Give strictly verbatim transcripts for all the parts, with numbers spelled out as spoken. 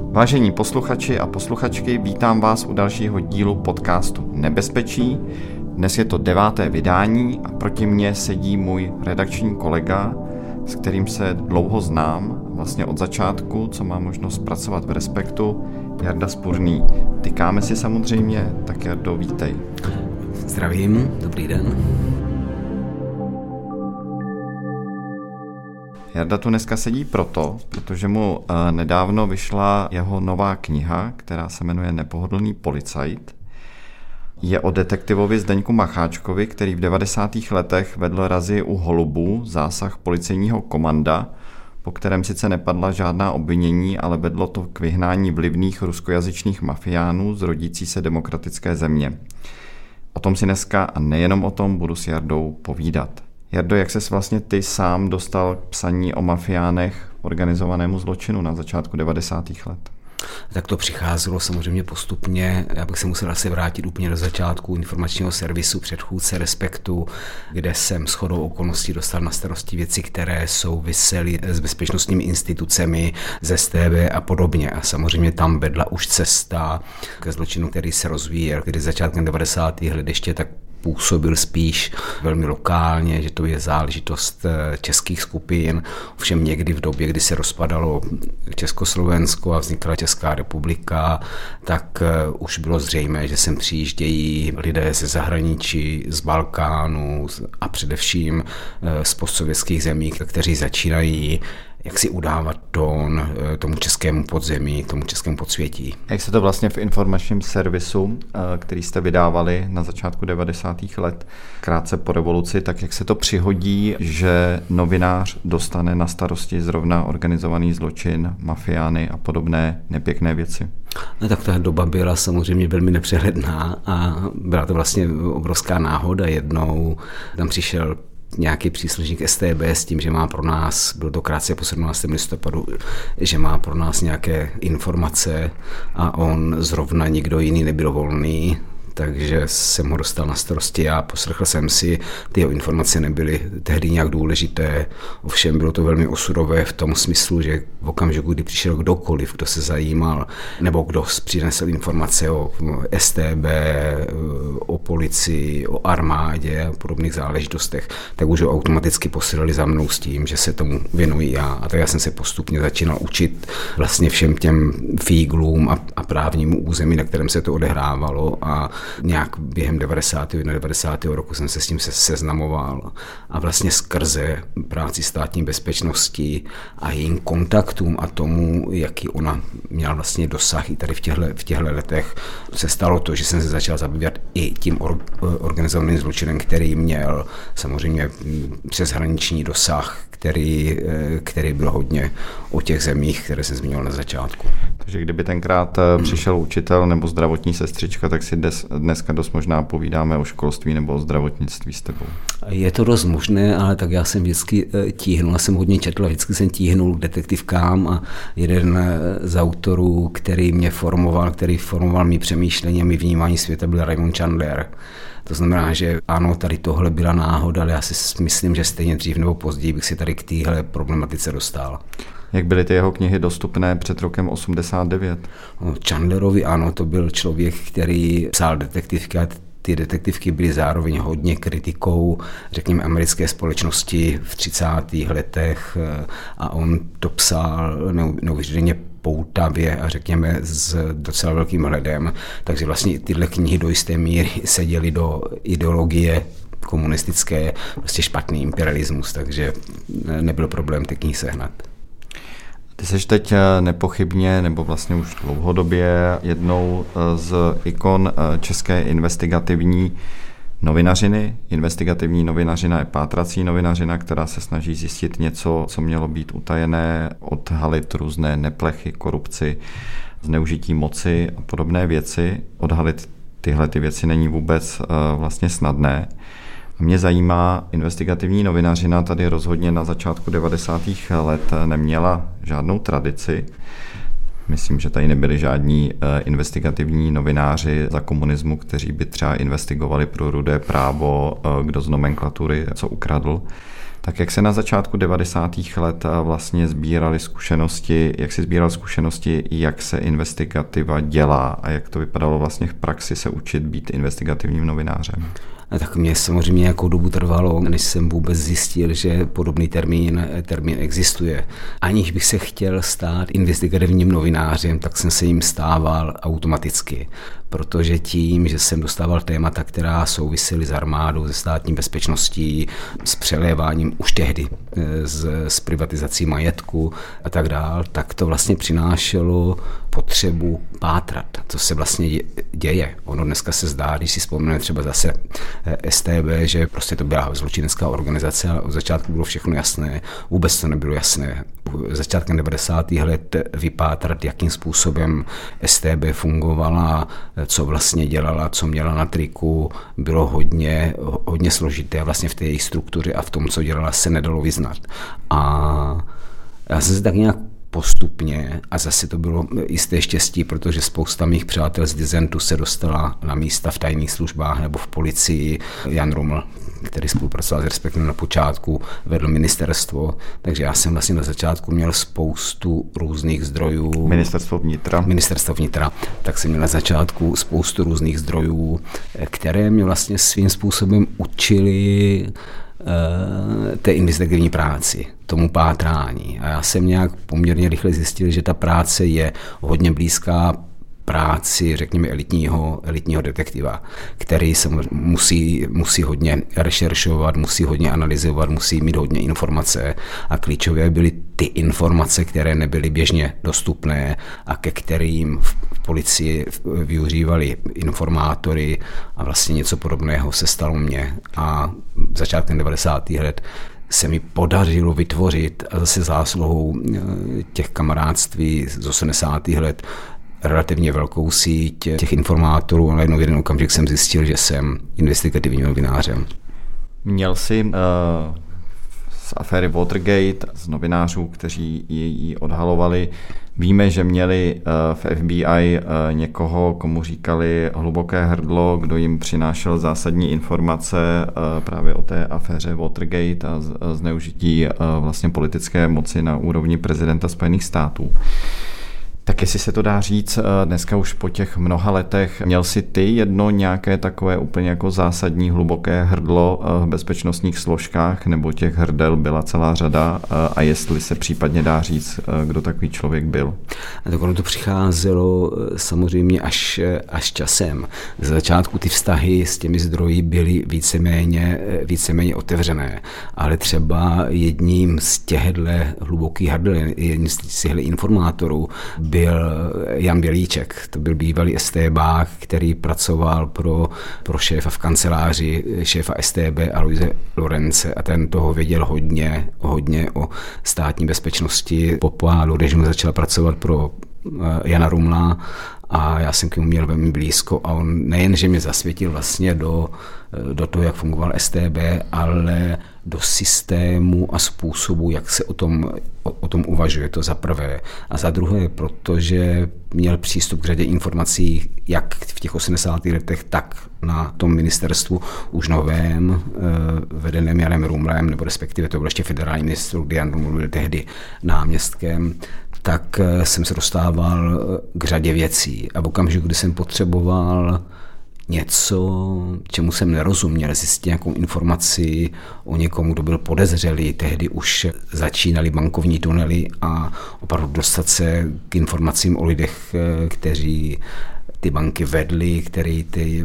Vážení posluchači a posluchačky, vítám vás u dalšího dílu podcastu Nebezpečí. Dnes je to deváté vydání a proti mně sedí můj redakční kolega, s kterým se dlouho znám, vlastně od začátku, co mám možnost pracovat v Respektu, Jarda Spurný. Tykáme si samozřejmě, tak Jardo, vítej. Zdravím, dobrý den. Jarda tu dneska sedí proto, protože mu nedávno vyšla jeho nová kniha, která se jmenuje Nepohodlný policajt. Je o detektivovi Zdeňku Macháčkovi, který v devadesátých letech vedl razii u Holubů, zásah policejního komanda, po kterém sice nepadla žádná obvinění, ale vedlo to k vyhnání vlivných ruskojazyčných mafiánů z rodící se demokratické země. O tom si dneska a nejenom o tom budu s Jardou povídat. Jardo, jak ses vlastně ty sám dostal k psaní o mafiánech, organizovanému zločinu na začátku devadesátých let? Tak to přicházelo samozřejmě postupně. Já bych se musel asi vrátit úplně do začátku informačního servisu předchůdce Respektu, kde jsem shodou okolností dostal na starosti věci, které souvisely s bezpečnostními institucemi, z S T B a podobně. A samozřejmě tam vedla už cesta ke zločinu, který se rozvíjel, kdy začátkem devadesátých let ještě tak působil spíš velmi lokálně, že to je záležitost českých skupin. Ovšem někdy v době, kdy se rozpadalo Československo a vznikla Česká republika, tak už bylo zřejmé, že sem přijíždějí lidé ze zahraničí, z Balkánu a především z postsovětských zemí, kteří začínají jak si udávat tón tomu českému podzemí, tomu českému podsvětí. Jak se to vlastně v informačním servisu, který jste vydávali na začátku devadesátých let, krátce po revoluci, tak jak se to přihodí, že novinář dostane na starosti zrovna organizovaný zločin, mafiány a podobné nepěkné věci? No tak ta doba byla samozřejmě velmi nepřehledná a byla to vlastně obrovská náhoda. Jednou tam přišel nějaký příslušník S T B s tím, že má pro nás, byl to krátce po sedmnáctého listopadu, že má pro nás nějaké informace a on zrovna nikdo jiný nebyl volný, takže jsem ho dostal na starosti a poslechl jsem si, ty jeho informace nebyly tehdy nějak důležité, ovšem bylo to velmi osudové v tom smyslu, že v okamžiku, kdy přišel kdokoliv, kdo se zajímal, nebo kdo přinesl informace o S T B, o policii, o armádě a podobných záležitostech, tak už ho automaticky posílali za mnou s tím, že se tomu věnuji já. A tak já jsem se postupně začínal učit vlastně všem těm fíglům a, a právnímu území, na kterém se to odehrávalo, a nějak během devadesátého devadesátého roku jsem se s tím se seznamoval a vlastně skrze práci státní bezpečnosti a jejím kontaktům a tomu, jaký ona měla vlastně dosah i tady v těchto v těchto letech, se stalo to, že jsem se začal zabývat i tím or, organizovaným zločinem, který měl samozřejmě přeshraniční dosah, který, který byl hodně o těch zemích, které jsem zmínil na začátku. Takže kdyby tenkrát přišel učitel nebo zdravotní sestřička, tak si des, dneska dost možná povídáme o školství nebo o zdravotnictví s tebou. Je to dost možné, ale tak já jsem vždycky tíhnul, já jsem hodně četl, vždycky jsem tíhnul k detektivkám a jeden z autorů, který mě formoval, který formoval mý přemýšlení a mý vnímání světa, byl Raymond Chandler. To znamená, že ano, tady tohle byla náhoda, ale já si myslím, že stejně dřív nebo později bych si tady k téhle problematice dostal. Jak byly ty jeho knihy dostupné před rokem osmdesát devět? No, Chandlerovi ano, to byl člověk, který psal detektivky a ty detektivky byly zároveň hodně kritikou, řekněme, americké společnosti v třicátých letech a on to psal neuvěřitelně poutavě a řekněme s docela velkým hledem, takže vlastně tyhle knihy do jisté míry seděly do ideologie komunistické, prostě špatný imperialismus, takže nebyl problém ty knihy sehnat. Ty seš teď nepochybně, nebo vlastně už dlouhodobě jednou z ikon české investigativní novinařiny. Investigativní novinařina je pátrací novinařina, která se snaží zjistit něco, co mělo být utajené, odhalit různé neplechy, korupci, zneužití moci a podobné věci. Odhalit tyhle ty věci není vůbec vlastně snadné. Mě zajímá, investigativní novinařina tady rozhodně na začátku devadesátých let neměla žádnou tradici. Myslím, že tady nebyli žádní investigativní novináři za komunismu, kteří by třeba investigovali pro Rudé právo, kdo z nomenklatury co ukradl. Tak jak se na začátku devadesátých let vlastně sbíraly zkušenosti, jak si sbíral zkušenosti, jak se investigativa dělá a jak to vypadalo vlastně v praxi se učit být investigativním novinářem? A tak mě samozřejmě nějakou dobu trvalo, než jsem vůbec zjistil, že podobný termín, termín existuje. Aniž bych se chtěl stát investigativním novinářem, tak jsem se jim stával automaticky. Protože tím, že jsem dostával témata, která souvisely s armádou, se státní bezpečností, s přeléváním už tehdy, s, s privatizací majetku a tak dál, tak to vlastně přinášelo potřebu pátrat. To se vlastně děje. Ono dneska se zdá, když si vzpomeneme třeba zase S T B, že prostě to byla zločinecká organizace a od začátku bylo všechno jasné. Vůbec to nebylo jasné. Začátkem devadesátých let vypátrat, jakým způsobem S T B fungovala, co vlastně dělala, co měla na triku, bylo hodně, hodně složité. Vlastně v té její struktuře a v tom, co dělala, se nedalo vyznat. A já jsem se tak nějak postupně, a zase to bylo jisté štěstí, protože spousta mých přátel z dizentu se dostala na místa v tajných službách nebo v policii. Jan Ruml, který spolupracoval s Respektem na počátku, vedl ministerstvo, takže já jsem vlastně na začátku měl spoustu různých zdrojů. Ministerstvo vnitra. Ministerstvo vnitra, tak jsem měl na začátku spoustu různých zdrojů, které mě vlastně svým způsobem učili té investigativní práci, tomu pátrání. A já jsem nějak poměrně rychle zjistil, že ta práce je hodně blízká práci, řekněme, elitního, elitního detektiva, který se musí, musí hodně rešeršovat, musí hodně analyzovat, musí mít hodně informace a klíčové byly ty informace, které nebyly běžně dostupné a ke kterým v policii využívali informátory a vlastně něco podobného se stalo mně. A začátkem devadesátých let se mi podařilo vytvořit a zase zásluhou těch kamarádství z osmdesátých let relativně velkou síť těch informátorů, ale jednou v jeden okamžik jsem zjistil, že jsem investigativním novinářem. Měl jsi uh, z aféry Watergate, z novinářů, kteří ji odhalovali, víme, že měli uh, v F B I uh, někoho, komu říkali hluboké hrdlo, kdo jim přinášel zásadní informace uh, právě o té aféře Watergate a z, uh, zneužití uh, vlastně politické moci na úrovni prezidenta Spojených států. Tak jestli se to dá říct, dneska už po těch mnoha letech, měl jsi ty jedno nějaké takové úplně jako zásadní hluboké hrdlo v bezpečnostních složkách, nebo těch hrdel byla celá řada a jestli se případně dá říct, kdo takový člověk byl? A tak ono to přicházelo samozřejmě až, až časem. Z začátku ty vztahy s těmi zdroji byly víceméně, víceméně otevřené, ale třeba jedním z těchto hlubokých hrdel, jedním z těchto informátorů byl Jan Bělíček, to byl bývalý estébák, který pracoval pro, pro šéfa v kanceláři, šéfa S T B Aloise Lorence a ten toho věděl hodně, hodně o státní bezpečnosti. Po pádu režimu začal pracovat pro Jana Rumla a já jsem k němu měl velmi blízko a on nejenže mě zasvětil vlastně do, do toho, jak fungoval S T B, ale do systému a způsobu, jak se o tom, o, o tom uvažuje, to za prvé. A za druhé, protože měl přístup k řadě informací, jak v těch osmdesátých letech, tak na tom ministerstvu už novém, vedeném Janem Rumlem, nebo respektive to byl ještě federální ministr, kdy Jan Ruml byl tehdy náměstkem, tak jsem se dostával k řadě věcí. A v okamžiku, kdy jsem potřeboval něco, čemu jsem nerozuměl, zjistit nějakou informaci o někomu, kdo byl podezřelý. Tehdy už začínaly bankovní tunely a opravdu dostat se k informacím o lidech, kteří ty banky vedly, který ty,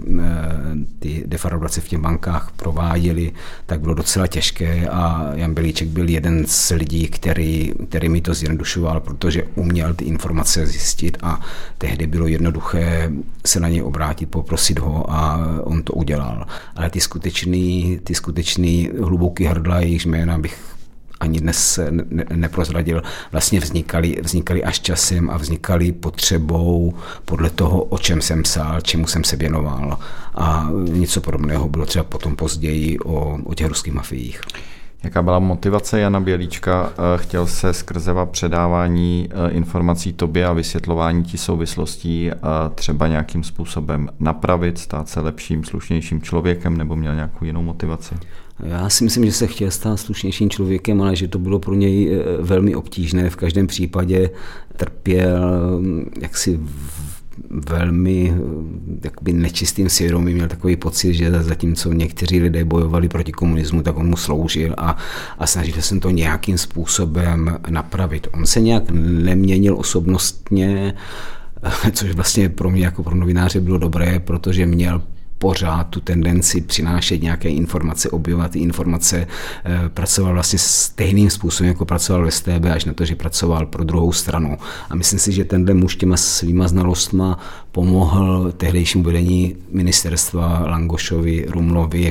ty defraudace v těch bankách prováděli, tak bylo docela těžké a Jan Bělíček byl jeden z lidí, který, který mi to zjednodušoval, protože uměl ty informace zjistit a tehdy bylo jednoduché se na něj obrátit, poprosit ho a on to udělal. Ale ty skutečný, ty skutečný hluboký hrdla, jejichž jména bych ani dnes ne, neprozradil, vlastně vznikaly, vznikaly až časem a vznikaly potřebou podle toho, o čem jsem psal, čemu jsem se věnoval. A něco podobného bylo třeba potom později o, o těch ruských mafiích. Jaká byla motivace Jana Bělíčka? Chtěl se skrze předávání informací tobě a vysvětlování ti souvislostí třeba nějakým způsobem napravit, stát se lepším, slušnějším člověkem, nebo měl nějakou jinou motivaci? Já si myslím, že se chtěl stát slušnějším člověkem, ale že to bylo pro něj velmi obtížné. V každém případě trpěl jaksi velmi jakoby nečistým svědomím, měl takový pocit, že zatímco někteří lidé bojovali proti komunismu, tak on mu sloužil a, a snažil se to nějakým způsobem napravit. On se nějak neměnil osobnostně, což vlastně pro mě jako pro novináře bylo dobré, protože měl pořád tu tendenci přinášet nějaké informace, objevovat ty informace, pracoval vlastně stejným způsobem, jako pracoval v S T B, až na to, že pracoval pro druhou stranu. A myslím si, že tenhle muž těma svýma znalostma pomohl tehdejšímu vedení ministerstva Langošovi, Rumlovi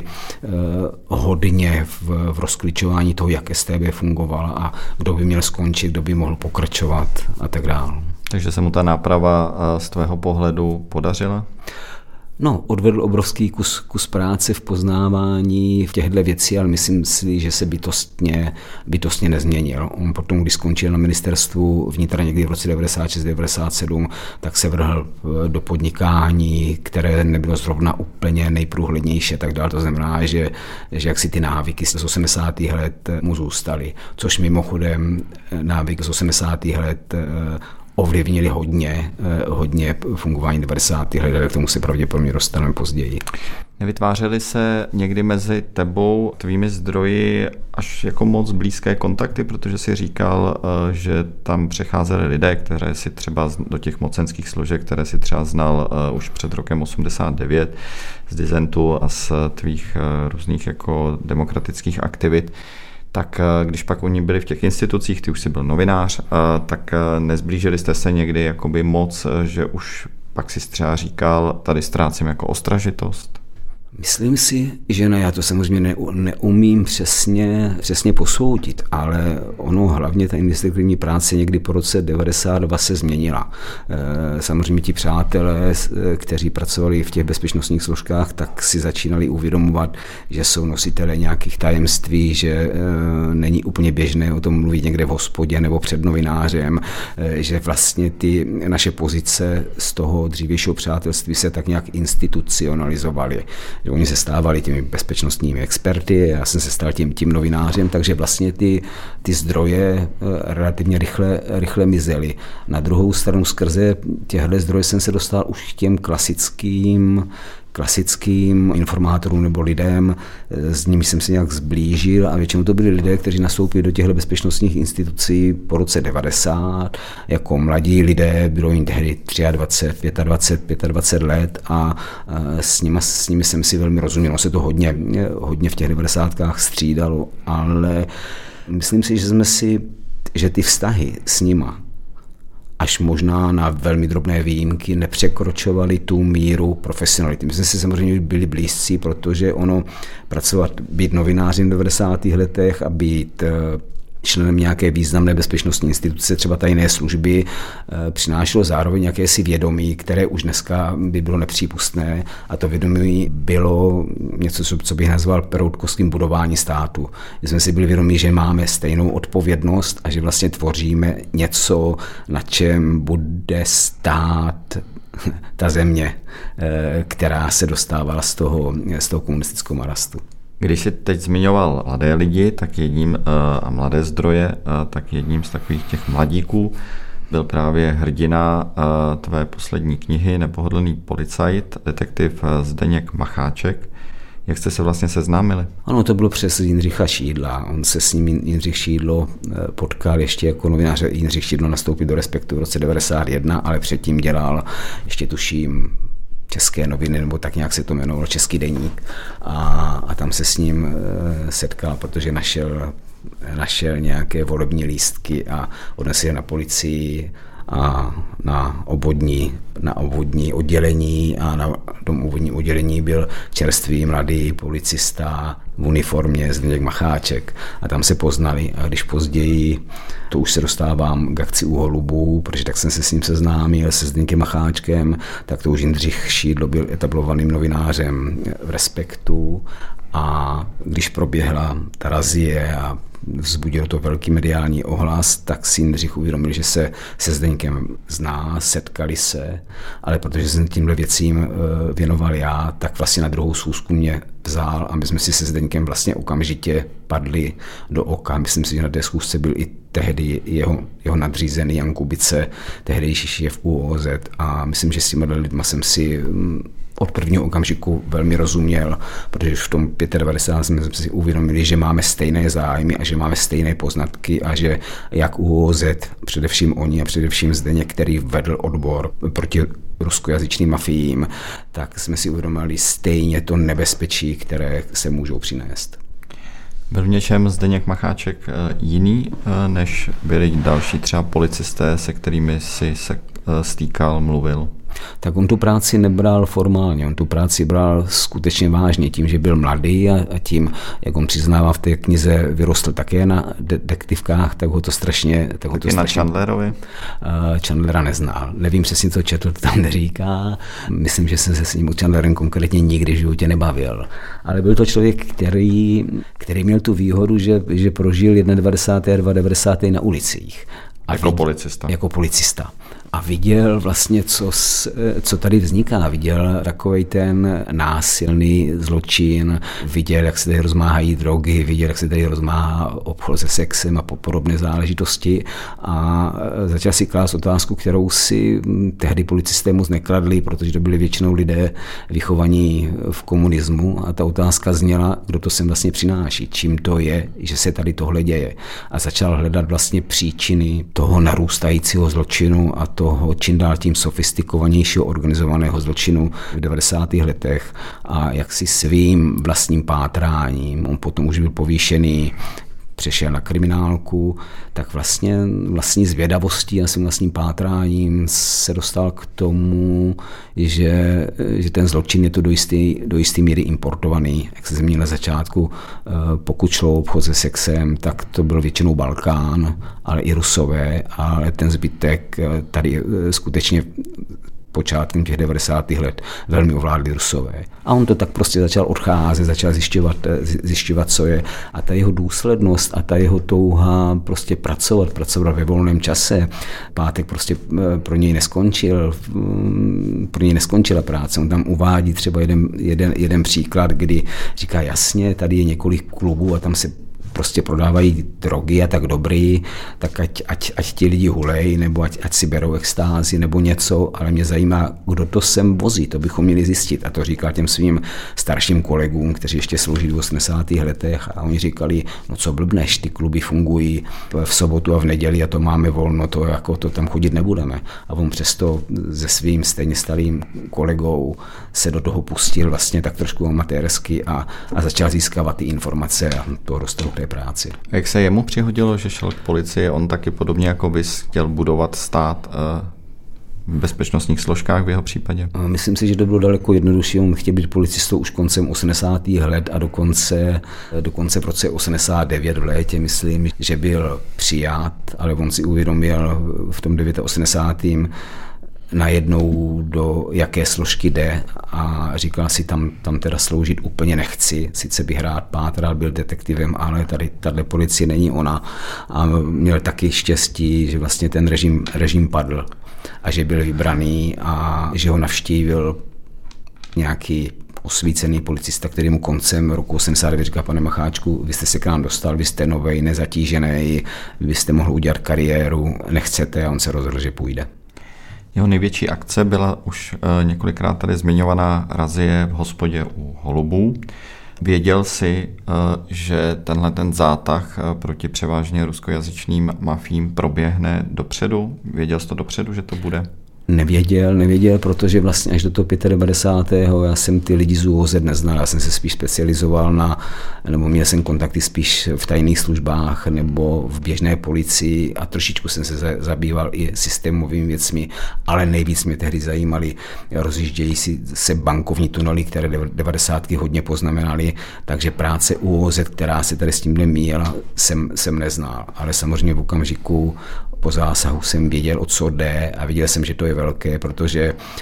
hodně v, v rozklíčování toho, jak S T B fungovala a kdo by měl skončit, kdo by mohl pokračovat a tak dále. Takže se mu ta náprava z tvého pohledu podařila? No, odvedl obrovský kus, kus práce v poznávání v těchto věcí, ale myslím si, že se bytostně, bytostně nezměnil. On potom, když skončil na ministerstvu vnitra někdy v roce devadesát šest devadesát sedm, tak se vrhl do podnikání, které nebylo zrovna úplně nejprůhlednější, tak dále. To znamená, že, že jak si ty návyky z osmdesátých let mu zůstaly, což mimochodem návyk z osmdesátých let ovlivnili hodně, hodně fungování devadesátých let, ale k tomu se pravděpodobně dostaneme později. Nevytvářely se někdy mezi tebou, tvými zdroji až jako moc blízké kontakty, protože si říkal, že tam přecházeli lidé, které si třeba do těch mocenských složek, které si třeba znal už před rokem osmdesát devět z disentu a z tvých různých jako demokratických aktivit. Tak když pak oni byli v těch institucích, ty už jsi byl novinář, tak nezblížili jste se někdy jakoby moc, že už pak si třeba říkal, tady ztrácím jako ostražitost? Myslím si, že ne, já to samozřejmě ne, neumím přesně, přesně posoudit, ale ono hlavně ta investigativní práce někdy po roce devadesát dva se změnila. Samozřejmě ti přátelé, kteří pracovali v těch bezpečnostních složkách, tak si začínali uvědomovat, že jsou nositelé nějakých tajemství, že není úplně běžné o tom mluvit někde v hospodě nebo před novinářem, že vlastně ty naše pozice z toho dřívějšího přátelství se tak nějak institucionalizovaly. Že oni se stávali těmi bezpečnostními experty, já jsem se stal tím, tím novinářem, takže vlastně ty, ty zdroje relativně rychle, rychle mizely. Na druhou stranu skrze těchto zdroje jsem se dostal už k těm klasickým klasickým informátorům nebo lidem, s nimi jsem se nějak zblížil a většinou to byli lidé, kteří nastoupili do těchto bezpečnostních institucí po roce devadesát. Jako mladí lidé, bylo jim tehdy dvacet tři, dvacet pět, dvacet pět let a s nimi, s nimi jsem si velmi rozuměl. Se to hodně, hodně v těch devadesátkách střídalo, ale myslím si, že jsme si, že ty vztahy s nima až možná na velmi drobné výjimky nepřekročovali tu míru profesionality. My jsme si samozřejmě byli blízcí, protože ono pracovat, být novinářem v devadesátých letech a být členem nějaké významné bezpečnostní instituce, třeba tajné služby, přinášelo zároveň jakési vědomí, které už dneska by bylo nepřípustné, a to vědomí bylo něco, co bych nazval peroutkovským budování státu. My jsme si byli vědomí, že máme stejnou odpovědnost a že vlastně tvoříme něco, na čem bude stát ta země, která se dostávala z toho, z toho komunistického marastu. Když jsi teď zmiňoval mladé lidi, tak jedním a mladé zdroje, tak jedním z takových těch mladíků byl právě hrdina tvé poslední knihy Nepohodlný policajt, detektiv Zdeněk Macháček. Jak jste se vlastně seznámili? Ano, to bylo přes Jindřicha Šídla. On se s ním Jindřich Šídlo potkal ještě jako novinář. Jindřich Šídlo nastoupil do Respektu v roce devadesát jedna, ale předtím dělal, ještě tuším, České noviny, nebo tak nějak se to jmenovalo, Český deník. A, a tam se s ním e, setkal, protože našel, našel nějaké volební lístky a odnesl je na policii a na obvodní, na obvodní oddělení a na tom obvodním oddělení byl čerstvý mladý policista v uniformě Zdeněk Macháček a tam se poznali. A když později, to už se dostávám k akci U holubů, protože tak jsem se s ním seznámil, se Zdeňkem Macháčkem, tak to už Jindřich Šídlo byl etablovaným novinářem v Respektu A když proběhla ta razie a vzbudilo to velký mediální ohlas, tak si Jindřich uvědomil, že se se Zdeňkem zná, setkali se, ale protože jsem tímhle věcím věnoval já, tak vlastně na druhou schůzku mě vzal a my jsme si se Zdeňkem vlastně okamžitě padli do oka. Myslím si, že na té schůzce byl i tehdy jeho, jeho nadřízený Jan Kubice, tehdejší šéf U O Z, a myslím, že s těmi lidma jsem si od prvního okamžiku velmi rozuměl, protože v tom devadesátém pátém jsme si uvědomili, že máme stejné zájmy a že máme stejné poznatky a že jak U O Z, především oni a především Zdeněk, který vedl odbor proti ruskojazyčným mafiím, tak jsme si uvědomili stejně to nebezpečí, které se můžou přinést. Byl v něčem Zdeněk Macháček jiný, než byli další třeba policisté, se kterými si se stýkal, mluvil? Tak on tu práci nebral formálně, on tu práci bral skutečně vážně tím, že byl mladý a, a tím, jak on přiznává v té knize, vyrostl také na detektivkách, tak ho to strašně... Tak ho to strašně, na Chandlerovi? Uh, Chandlera neznal. Nevím přesně, co četl, to tam neříká. Myslím, že jsem se s ním o Chandlerem konkrétně nikdy v životě nebavil. Ale byl to člověk, který, který měl tu výhodu, že, že prožil devadesátá jedna a devadesátá dva na ulicích. A jako viděl, policista. Jako policista. A viděl vlastně, co, co tady vzniká. Viděl takovej ten násilný zločin, viděl, jak se tady rozmáhají drogy, viděl, jak se tady rozmáhá obchod se sexem a podobné záležitosti. A začal si klást otázku, kterou si tehdy policisté moc nekladli, protože to byli většinou lidé vychovaní v komunismu. A ta otázka zněla, kdo to sem vlastně přináší, čím to je, že se tady tohle děje. A začal hledat vlastně příčiny toho narůstajícího zločinu a toho čím dál tím sofistikovanějšího organizovaného zločinu v devadesátých letech a jak si svým vlastním pátráním, on potom už byl povýšený, přešel na kriminálku, tak vlastně vlastní zvědavostí a svým vlastním pátráním se dostal k tomu, že, že ten zločin je to do jistý, do jistý míry importovaný. Jak se zmínil na začátku, pokud šlo obchod se sexem, tak to byl většinou Balkán, ale i Rusové, ale ten zbytek tady skutečně počátkem těch devadesátých let velmi ovládli Rusové. A on to tak prostě začal odcházet, začal zjišťovat, zjišťovat, co je. A ta jeho důslednost a ta jeho touha prostě pracovat, pracovat ve volném čase. Pátek prostě pro něj neskončil, pro něj neskončila práce. On tam uvádí třeba jeden, jeden, jeden příklad, kdy říká, jasně, tady je několik klubů a tam se prostě prodávají drogy a tak dobrý, tak ať, ať, ať ti lidi hulej, nebo ať, ať si berou extázi nebo něco, ale mě zajímá, kdo to sem vozí, to bychom měli zjistit. A to říkal těm svým starším kolegům, kteří ještě sloužili v osmdesátých letech a oni říkali, no co blbneš, ty kluby fungují v sobotu a v neděli a to máme volno, to jako to tam chodit nebudeme. A on přesto se svým stejně starým kolegou se do toho pustil vlastně tak trošku amatérsky a, a začal získávat ty informace a to dostal k té práci. Jak se jemu přihodilo, že šel k policii, on taky podobně jako bys chtěl budovat stát v bezpečnostních složkách v jeho případě? Myslím si, že to bylo daleko jednodušší. On chtěl být policistou už koncem osmdesátých let a dokonce, dokonce v roce osmdesát devět v létě, myslím, že byl přijat, ale on si uvědomil v tom osmdesátém najednou, do jaké složky jde a říkal si, tam, tam teda sloužit úplně nechci. Sice bych rád pátral, byl detektivem, ale tady tato policie není ona. A měl taky štěstí, že vlastně ten režim, režim padl a že byl vybraný a že ho navštívil nějaký osvícený policista, který mu koncem roku osmdesát devět říká, pane Macháčku, vy jste se k nám dostal, vy jste novej, nezatížený, vy jste mohl udělat kariéru, nechcete, a on se rozhodl, že půjde. Jeho největší akce byla už několikrát tady zmiňovaná razie v hospodě u Holubů. Věděl si, že tenhle ten zátah proti převážně ruskojazyčným mafím proběhne dopředu? Věděl jsi to dopředu, že to bude? Nevěděl, nevěděl, protože vlastně až do toho devadesátého pátého já jsem ty lidi z U O Z neznal, já jsem se spíš specializoval na, nebo měl jsem kontakty spíš v tajných službách nebo v běžné policii a trošičku jsem se zabýval i systémovými věcmi, ale nejvíc mě tehdy zajímaly rozjíždějící se bankovní tunely, které devadesátky hodně poznamenaly, takže práce U O Z, která se tady s tímhle míjela, jsem, jsem neznal, ale samozřejmě v okamžiku po zásahu jsem věděl, o co jde a viděl jsem, že to je velké, protože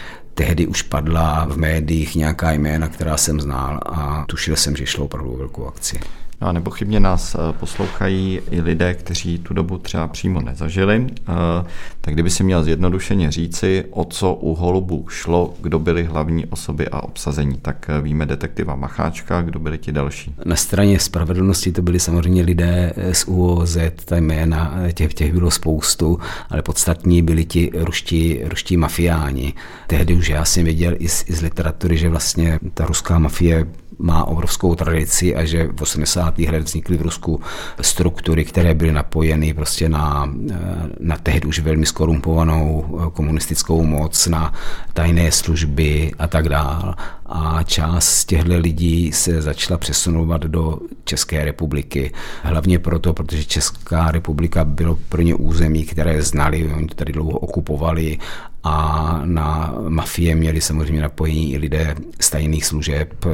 tehdy už padla v médiích nějaká jména, která jsem znal a tušil jsem, že šlo opravdu o velkou akci. No a nepochybně nás poslouchají i lidé, kteří tu dobu třeba přímo nezažili. Tak kdyby si měl zjednodušeně říci, o co u Holubů šlo, kdo byly hlavní osoby a obsazení, tak víme detektiva Macháčka, kdo byli ti další. Na straně spravedlnosti to byli samozřejmě lidé z U O Z, ta jména, těch, těch bylo spoustu, ale podstatní byli ti ruští, ruští mafiáni. Tehdy už já jsem věděl i z, i z literatury, že vlastně ta ruská mafie má obrovskou tradici a že v osmdesátých letech vznikly v Rusku struktury, které byly napojeny prostě na, na tehdy už velmi skorumpovanou komunistickou moc, na tajné služby a tak dále. A část těchto lidí se začala přesunovat do České republiky. Hlavně proto, protože Česká republika bylo pro ně území, které znali, oni to tady dlouho okupovali a na mafie měli samozřejmě napojení i lidé z tajných služeb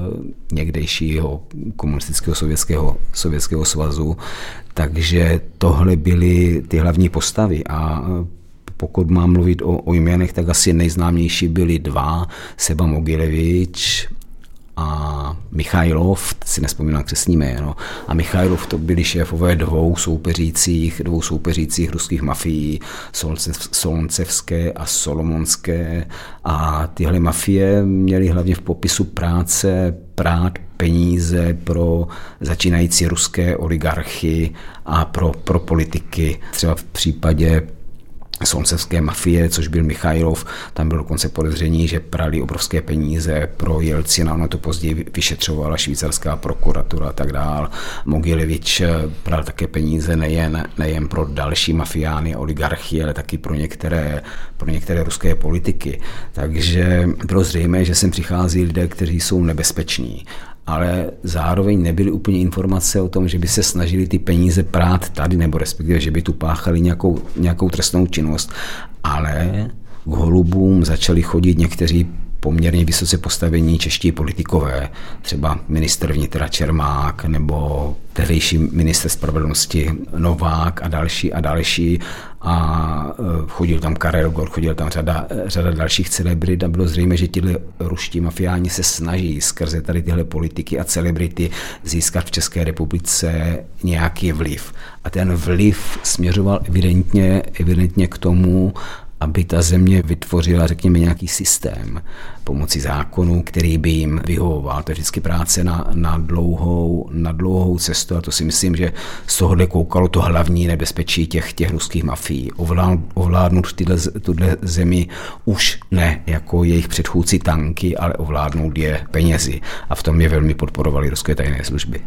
někdejšího komunistického sovětského, sovětského svazu. Takže tohle byly ty hlavní postavy a pokud mám mluvit o, o jménech, tak asi nejznámější byli dva, Seba Mogilevič a Michailov, si nespomínám křestní jméno. A Michailov to byli šéfové dvou soupeřících, dvou soupeřících ruských mafií, Soloncevské a Solomonské. A tyhle mafie měly hlavně v popisu práce prát peníze pro začínající ruské oligarchy a pro, pro politiky. Třeba v případě Soloncevské mafie, což byl Michailov, tam bylo dokonce podezření, že prali obrovské peníze pro Jelcina, ono to později vyšetřovala švýcarská prokuratura a tak dál. Mogilevič pral také peníze nejen, nejen pro další mafiány, oligarchy, ale taky pro některé, pro některé ruské politiky. Takže bylo zřejmé, že sem přichází lidé, kteří jsou nebezpeční. Ale zároveň nebyly úplně informace o tom, že by se snažili ty peníze prát tady, nebo respektive, že by tu páchali nějakou, nějakou trestnou činnost. Ale k Holubům začali chodit někteří poměrně vysoce postavení čeští politikové, třeba ministr vnitra Čermák nebo tehdejší ministr spravedlnosti Novák a další a další. A chodil tam Karel Gott, chodil tam řada, řada dalších celebrit a bylo zřejmé, že tyhle ruští mafiáni se snaží skrze tady tyhle politiky a celebrity získat v České republice nějaký vliv. A ten vliv směřoval evidentně, evidentně k tomu, aby ta země vytvořila, řekněme, nějaký systém pomocí zákonu, který by jim vyhovoval. To je vždycky práce na, na, dlouhou, na dlouhou cestu a to si myslím, že z tohohle koukalo to hlavní nebezpečí těch, těch ruských mafií. Ovládnout tyhle, tuhle zemi už ne jako jejich předchůdci tanky, ale ovládnout je penězi. A v tom je velmi podporovali ruské tajné služby.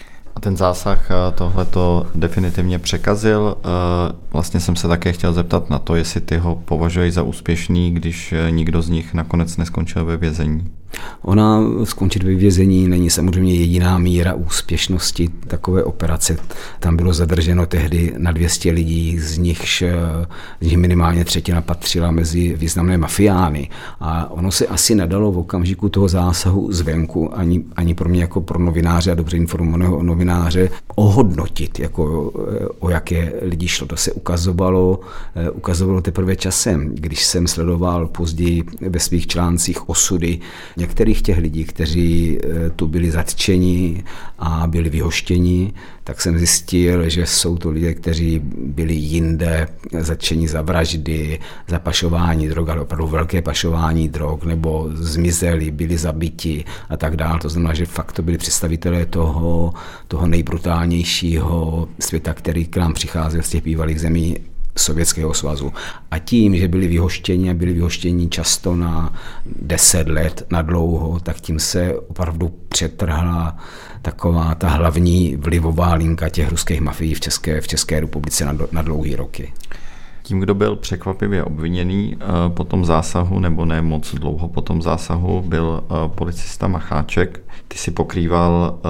A ten zásah tohleto definitivně překazil. Vlastně jsem se také chtěl zeptat na to, jestli ty ho považují za úspěšný, když nikdo z nich nakonec neskončil ve vězení. Ona skončit ve vězení není samozřejmě jediná míra úspěšnosti takové operace. Tam bylo zadrženo tehdy na dvě stě lidí, z nichž, z nich minimálně třetina patřila mezi významné mafiány. A ono se asi nedalo v okamžiku toho zásahu zvenku, ani, ani pro mě jako pro novináře a dobře informovaného novináře, ohodnotit, jako, o jaké lidi šlo. To se ukazovalo, ukazovalo teprve časem, když jsem sledoval později ve svých článcích osudy některých těch lidí, kteří tu byli zatčeni a byli vyhoštěni, tak jsem zjistil, že jsou to lidé, kteří byli jinde zatčeni za vraždy, za pašování drog, ale opravdu velké pašování drog, nebo zmizeli, byli zabiti a tak dále. To znamená, že fakt to byli představitelé toho, toho nejbrutálnějšího světa, který k nám přicházel z těch bývalých zemí Sovětského svazu. A tím, že byli vyhoštěni a byli vyhoštěni často na deset let, na dlouho, tak tím se opravdu přetrhla taková ta hlavní vlivová linka těch ruských mafií v České, v České republice na, na dlouhý roky. Tím, kdo byl překvapivě obviněný po tom zásahu, nebo ne moc dlouho po tom zásahu, byl policista Macháček. Ty si pokrýval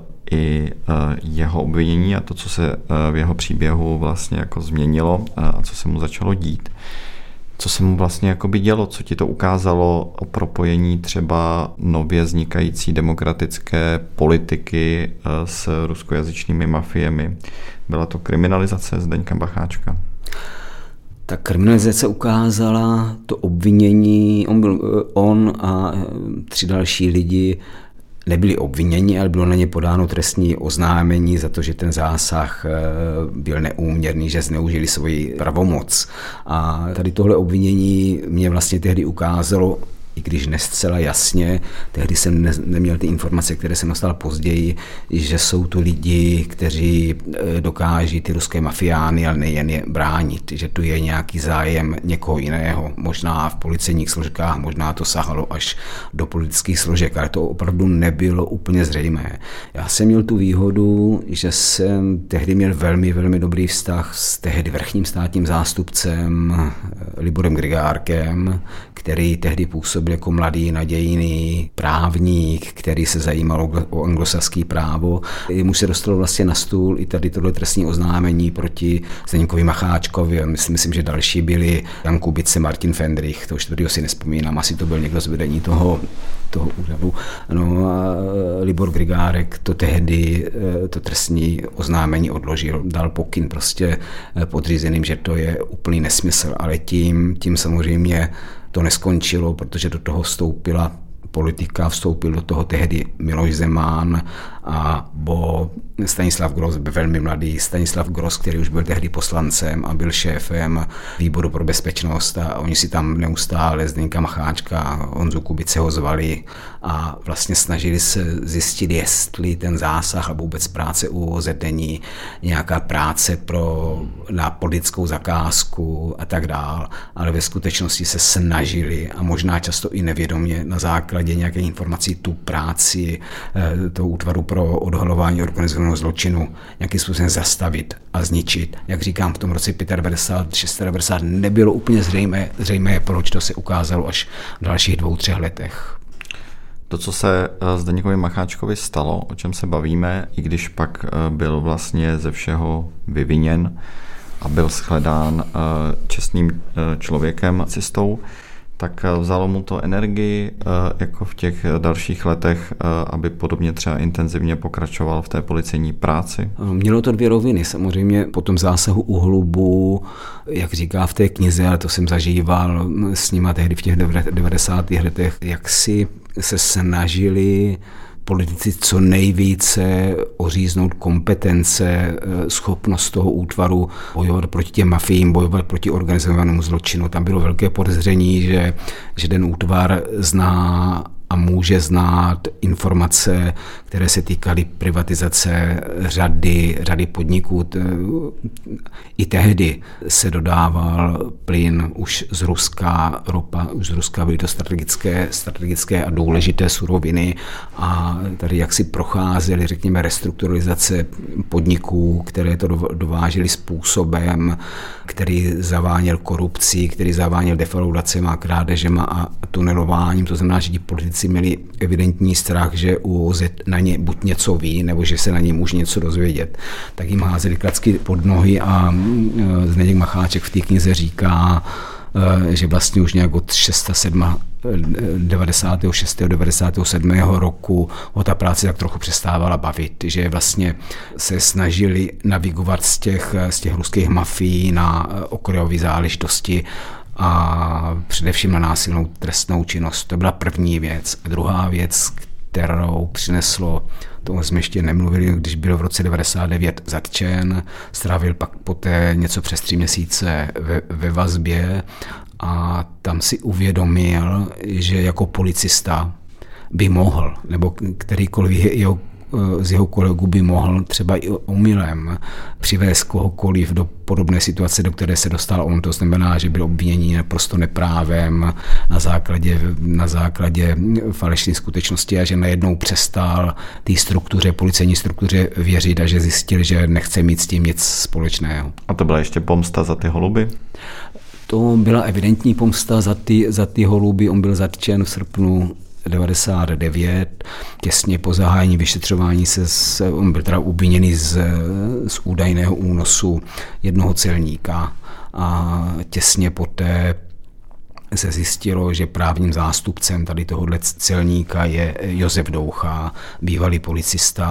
i jeho obvinění a to, co se v jeho příběhu vlastně jako změnilo a co se mu začalo dít. Co se mu vlastně jakoby dělo, co ti to ukázalo o propojení třeba nově vznikající demokratické politiky s ruskojazyčnými mafiemi. Byla to kriminalizace Zdeňka Macháčka? Ta kriminalizace ukázala to obvinění, on, byl, on a tři další lidi nebyli obviněni, ale bylo na ně podáno trestní oznámení za to, že ten zásah byl neúměrný, že zneužili svoji pravomoc. A tady tohle obvinění mě vlastně tehdy ukázalo, i když ne zcela jasně, tehdy jsem ne, neměl ty informace, které jsem dostal později, že jsou to lidi, kteří dokáží ty ruské mafiány, ale nejen je bránit, že tu je nějaký zájem někoho jiného, možná v policejních složkách, možná to sahalo až do politických složek, ale to opravdu nebylo úplně zřejmé. Já jsem měl tu výhodu, že jsem tehdy měl velmi, velmi dobrý vztah s tehdy vrchním státním zástupcem Liborem Grigárkem, který tehdy působil jako mladý nadějný právník, který se zajímal o anglosaský právo. Mu se dostalo vlastně na stůl i tady tohle trestní oznámení proti Zdeňkovi Macháčkovi. Myslím, myslím, že další byli Jan Kubice, Martin Fendrich, to už tady si nespomínám, asi to byl někdo z vedení toho, toho úřadu. No a Libor Grigárek to tehdy, to trestní oznámení odložil, dal pokyn prostě podřízeným, že to je úplný nesmysl, ale tím, tím samozřejmě to neskončilo, protože do toho vstoupila politika, vstoupil do toho tehdy Miloš Zeman a bo Stanislav Gross, velmi mladý Stanislav Gross, který už byl tehdy poslancem a byl šéfem výboru pro bezpečnost a oni si tam neustále Zdeňka Macháčka a Honzu Kubice ho zvali a vlastně snažili se zjistit, jestli ten zásah a vůbec práce U O Z není nějaká práce pro, na politickou zakázku a tak dál, ale ve skutečnosti se snažili a možná často i nevědomě na základě nějaké informací tu práci toho útvaru pro odhalování organizovaného zločinu nějakým způsobem zastavit a zničit. Jak říkám, v tom roce devadesát pět, devadesát šest nebylo úplně zřejmé, zřejmé, proč to se ukázalo až v dalších dvou, třech letech. To, co se Zdeňkovi Macháčkovi stalo, o čem se bavíme, i když pak byl vlastně ze všeho vyviněn a byl shledán čestným člověkem, nacistou, tak vzalo mu to energii jako v těch dalších letech, aby podobně třeba intenzivně pokračoval v té policejní práci? Mělo to dvě roviny. Samozřejmě po tom zásahu U Holubu, jak říká v té knize, ale to jsem zažíval s nima tehdy v těch devadesátých letech, jak si se snažili politici co nejvíce oříznout kompetence, schopnost toho útvaru bojovat proti těm mafiím, bojovat proti organizovanému zločinu. Tam bylo velké podezření, že, že ten útvar zná a může znát informace, které se týkaly privatizace řady, řady podniků. I tehdy se dodával plyn už z Ruska, ropa už z Ruska, byly to strategické, strategické a důležité suroviny a tady jak si procházely, řekněme, restrukturalizace podniků, které to dovážely způsobem, který zaváněl korupcí, který zaváněl defraudacemi a krádežema a tunelováním. To znamená, že ti politici měli evidentní strach, že U O Z na ně buď něco ví, nebo že se na ně může něco dozvědět. Tak jim házeli klacky pod nohy a Zdeněk Macháček v té knize říká, že vlastně už nějak od devadesátého šestého devadesátého sedmého roku ho ta práce tak trochu přestávala bavit, že vlastně se snažili navigovat z těch, z těch ruských mafií na okrajové záležitosti a především na násilnou trestnou činnost. To byla první věc. A druhá věc, kterou přineslo, tomu jsme ještě nemluvili, když byl v roce devadesát devět zatčen, strávil pak poté něco přes tři měsíce ve, ve vazbě a tam si uvědomil, že jako policista by mohl, nebo kterýkoliv jeho z jeho kolegů by mohl třeba i omylem přivést kohokoliv do podobné situace, do které se dostal on. To znamená, že byl obviněný naprosto neprávem na základě, na základě falešné skutečnosti a že najednou přestal té struktuře, policejní struktuře věřit a že zjistil, že nechce mít s tím nic společného. A to byla ještě pomsta za ty holuby? To byla evidentní pomsta za ty, za ty holuby. On byl zatčen v srpnu devadesát devět, těsně po zahájení vyšetřování se, s, on byl teda obviněný z, z údajného únosu jednoho celníka a těsně poté se zjistilo, že právním zástupcem tady tohohle celníka je Josef Doucha, bývalý policista,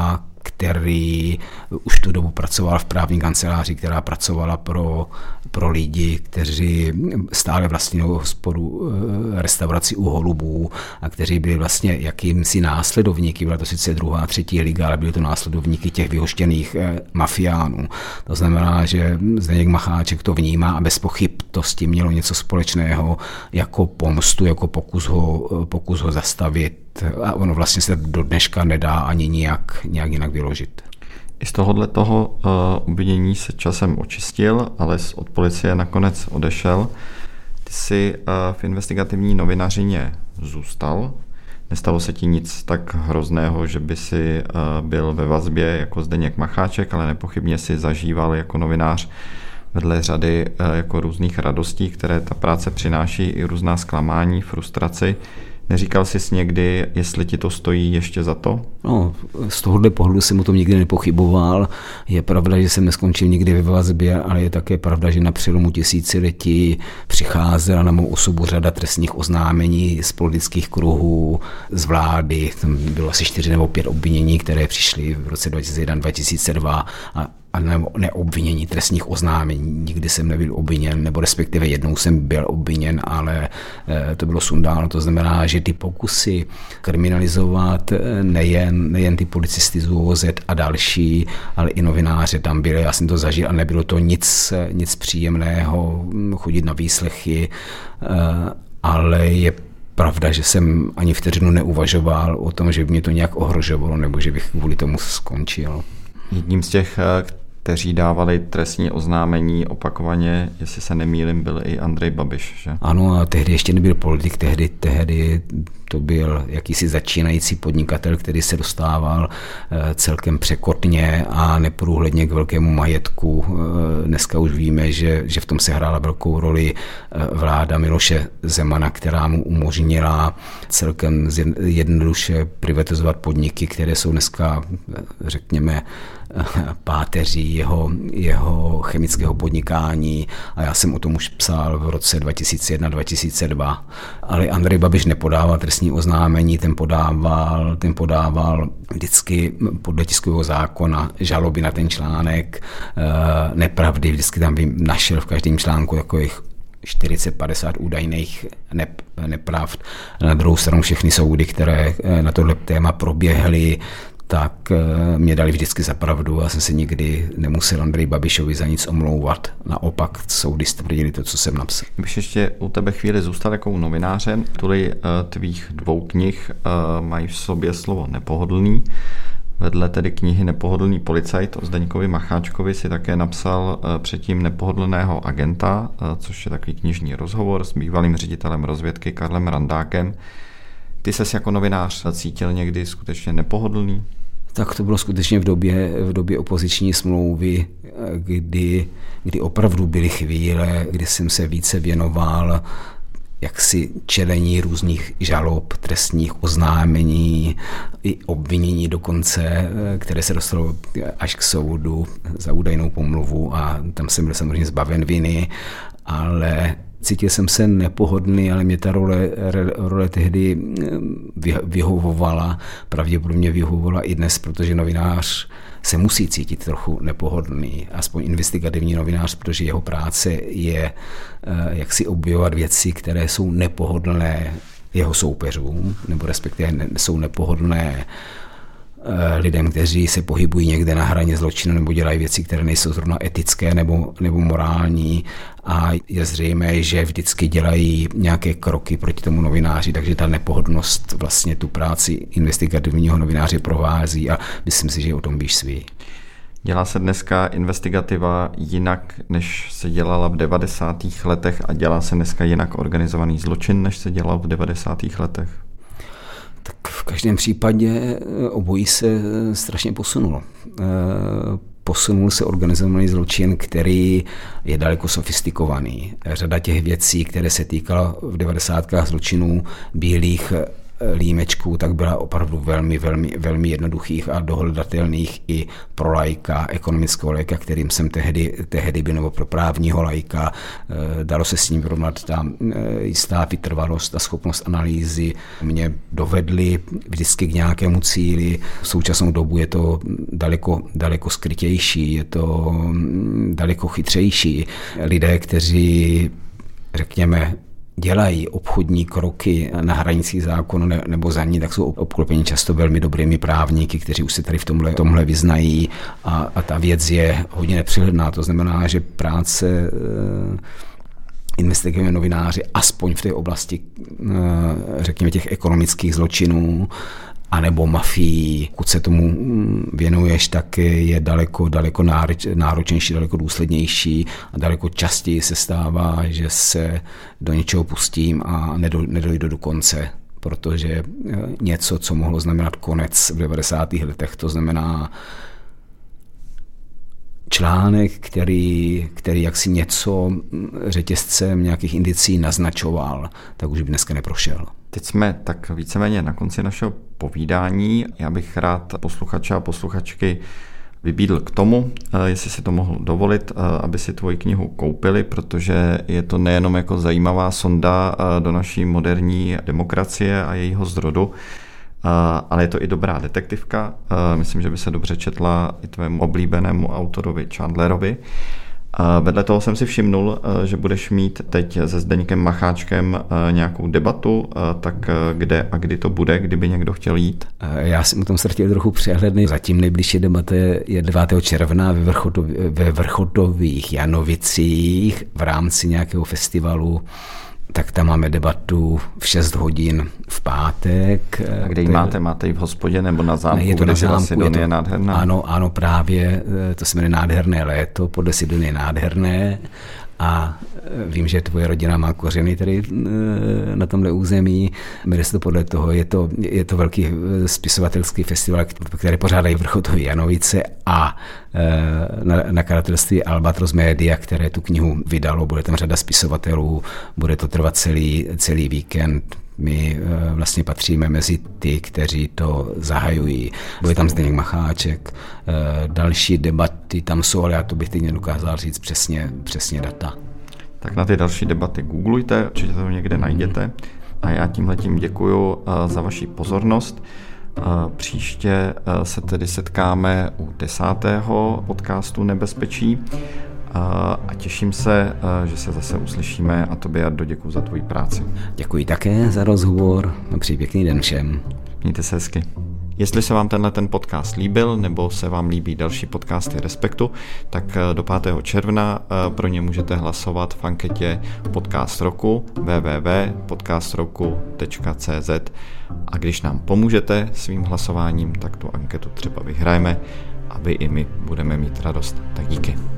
který už tu dobu pracoval v právní kanceláři, která pracovala pro, pro lidi, kteří stále vlastní hospodu restauraci U Holubů a kteří byli vlastně jakýmsi následovníky, byla to sice druhá, třetí liga, ale byli to následovníky těch vyhoštěných mafiánů. To znamená, že Zdeněk Macháček to vnímá a bez pochyb to s tím mělo něco společného jako pomstu, jako pokus ho, pokus ho zastavit. A ono vlastně se do dneška nedá ani nijak, nijak jinak vyložit. I z tohohle toho uh, obvinění se časem očistil, ale od policie nakonec odešel. Ty jsi uh, v investigativní novinařině zůstal. Nestalo se ti nic tak hrozného, že by si uh, byl ve vazbě jako Zdeněk Macháček, ale nepochybně si zažíval jako novinář vedle řady uh, jako různých radostí, které ta práce přináší, i různá zklamání, frustraci. Neříkal jsi někdy, jestli ti to stojí ještě za to? No, z tohohle pohledu jsem o tom nikdy nepochyboval. Je pravda, že jsem neskončil nikdy ve vazbě, ale je také pravda, že na přelomu tisíciletí přicházela na mou osobu řada trestních oznámení z politických kruhů, z vlády. Tam bylo asi čtyři nebo pět obvinění, které přišly v roce dva tisíce jedna dva tisíce dva a a neobvinění trestních oznámení. Nikdy jsem nebyl obviněn, nebo respektive jednou jsem byl obviněn, ale to bylo sundáno. To znamená, že ty pokusy kriminalizovat nejen, nejen ty policisty z ÚOZ a další, ale i novináře tam byly. Já jsem to zažil a nebylo to nic, nic příjemného chodit na výslechy, ale je pravda, že jsem ani vteřinu neuvažoval o tom, že by mě to nějak ohrožovalo nebo že bych kvůli tomu skončil. Jedním z těch, kteří dávali trestní oznámení opakovaně, jestli se nemýlím, byl i Andrej Babiš, že? Ano, a tehdy ještě nebyl politik, tehdy, tehdy to byl jakýsi začínající podnikatel, který se dostával celkem překotně a neprůhledně k velkému majetku. Dneska už víme, že, že v tom se hrála velkou roli vláda Miloše Zemana, která mu umožnila celkem jednoduše privatizovat podniky, které jsou dneska, řekněme, páteří jeho, jeho chemického podnikání a já jsem o tom už psal v roce dva tisíce jedna dva tisíce dva. Ale Andrej Babiš nepodával trestní oznámení, ten podával, ten podával vždycky podle tiskového zákona žaloby na ten článek, nepravdy, vždycky tam našel v každém článku takových čtyřicet padesát údajných nepravd. Na druhou stranu všechny soudy, které na tohle téma proběhly, tak mě dali vždycky za pravdu a jsem se nikdy nemusel Andreji Babišovi za nic omlouvat. Naopak soudy stvrdili to, co jsem napsal. Když ještě u tebe chvíli zůstal jako novinářem, tudy tvých dvou knih mají v sobě slovo nepohodlný. Vedle tedy knihy Nepohodlný policajt o Zdeňkovi Macháčkovi si také napsal předtím Nepohodlného agenta, což je takový knižní rozhovor s bývalým ředitelem rozvědky Karlem Randákem. Ty ses jako novinář cítil někdy skutečně nepohodlný? Tak to bylo skutečně v době, v době opoziční smlouvy, kdy, kdy opravdu byly chvíle, kdy jsem se více věnoval jaksi čelení různých žalob, trestních oznámení i obvinění dokonce, které se dostalo až k soudu za údajnou pomluvu a tam jsem byl samozřejmě zbaven viny, ale cítil jsem se nepohodlný, ale mě ta role, role tehdy vyhovovala, pravděpodobně vyhovovala i dnes, protože novinář se musí cítit trochu nepohodlný, aspoň investigativní novinář, protože jeho práce je jak si objevovat věci, které jsou nepohodlné jeho soupeřům, nebo respektive jsou nepohodlné lidem, kteří se pohybují někde na hraně zločinu nebo dělají věci, které nejsou zrovna etické nebo, nebo morální a je zřejmé, že vždycky dělají nějaké kroky proti tomu novináři, takže ta nepohodlnost vlastně tu práci investigativního novináře provází a myslím si, že o tom víš svý. Dělá se dneska investigativa jinak, než se dělala v devadesátých letech a dělá se dneska jinak organizovaný zločin, než se dělal v devadesátých letech? Tak v každém případě obojí se strašně posunulo. Posunul se organizovaný zločin, který je daleko sofistikovaný. Řada těch věcí, které se týkala v devadesátkách zločinů bílých, límečků, tak byla opravdu velmi, velmi, velmi jednoduchých a dohledatelných i pro laika, ekonomického laika, kterým jsem tehdy, tehdy byl, nebo pro právního laika. Dalo se s ním porovnat ta jistá vytrvalost a schopnost analýzy mě dovedly vždycky k nějakému cíli. V současnou dobu je to daleko, daleko skrytější, je to daleko chytřejší. Lidé, kteří, řekněme, dělají obchodní kroky na hranicích zákonu nebo za ní, tak jsou obklopeni často velmi dobrými právníky, kteří už se tady v tomhle, tomhle vyznají a, a ta věc je hodně nepřehledná. To znamená, že práce investigativní novináři, aspoň v té oblasti, řekněme, těch ekonomických zločinů, anebo mafii, pokud se tomu věnuješ, tak je daleko, daleko náročnější, daleko důslednější a daleko častěji se stává, že se do něčeho pustím a nedojdu do konce, protože něco, co mohlo znamenat konec v devadesátých letech, to znamená článek, který, který jaksi něco řetězcem nějakých indicí naznačoval, tak už by dneska neprošel. Teď jsme tak víceméně na konci našeho povídání. Já bych rád posluchače a posluchačky vybídl k tomu, jestli si to mohl dovolit, aby si tvoji knihu koupili, protože je to nejenom jako zajímavá sonda do naší moderní demokracie a jejího zrodu, ale je to i dobrá detektivka. Myslím, že by se dobře četla i tvému oblíbenému autorovi Chandlerovi. Vedle toho jsem si všimnul, že budeš mít teď se Zdeňkem Macháčkem nějakou debatu, tak kde a kdy to bude, kdyby někdo chtěl jít? Já jsem o tom ztratil trochu přehledný. Zatím nejbližší debata je devátého června ve, Vrchodov, ve Vrchodových Janovicích v rámci nějakého festivalu. Tak tam máme debatu v šest hodin v pátek. A kde ji máte? Máte ji v hospodě nebo na zámku? Ne, je to na zámku. Sidonie je nádherná? Ano, ano, právě. To se jmenuje Nádherné léto, podle Sidonie nádherné. A vím, že tvoje rodina má kořeny tady na tomhle území. Jmenuje se to podle toho. Je to, je to velký spisovatelský festival, který pořádají Vrchotovy Janovice a nakladatelství Albatros Media, které tu knihu vydalo. Bude tam řada spisovatelů, bude to trvat celý, celý víkend. My vlastně patříme mezi ty, kteří to zahajují. Bude tam Zdeněk Macháček, další debaty tam jsou, ale já to bych teď nedokázal říct přesně, přesně data. Tak na ty další debaty googlujte, určitě to někde najdete. A já tímhletím děkuju za vaši pozornost. Příště se tedy setkáme u desátého podcastu Nebezpečí. A těším se, že se zase uslyšíme a tobě, Jardo, děkuji za tvoji práci. Děkuji také za rozhovor a přeji pěkný den všem. Mějte se hezky. Jestli se vám tenhle ten podcast líbil, nebo se vám líbí další podcasty Respektu, tak do pátého června pro ně můžete hlasovat v anketě Podcast roku w w w tečka podcast roku tečka c z a když nám pomůžete svým hlasováním, tak tu anketu třeba vyhrajeme a vy i my budeme mít radost. Tak díky.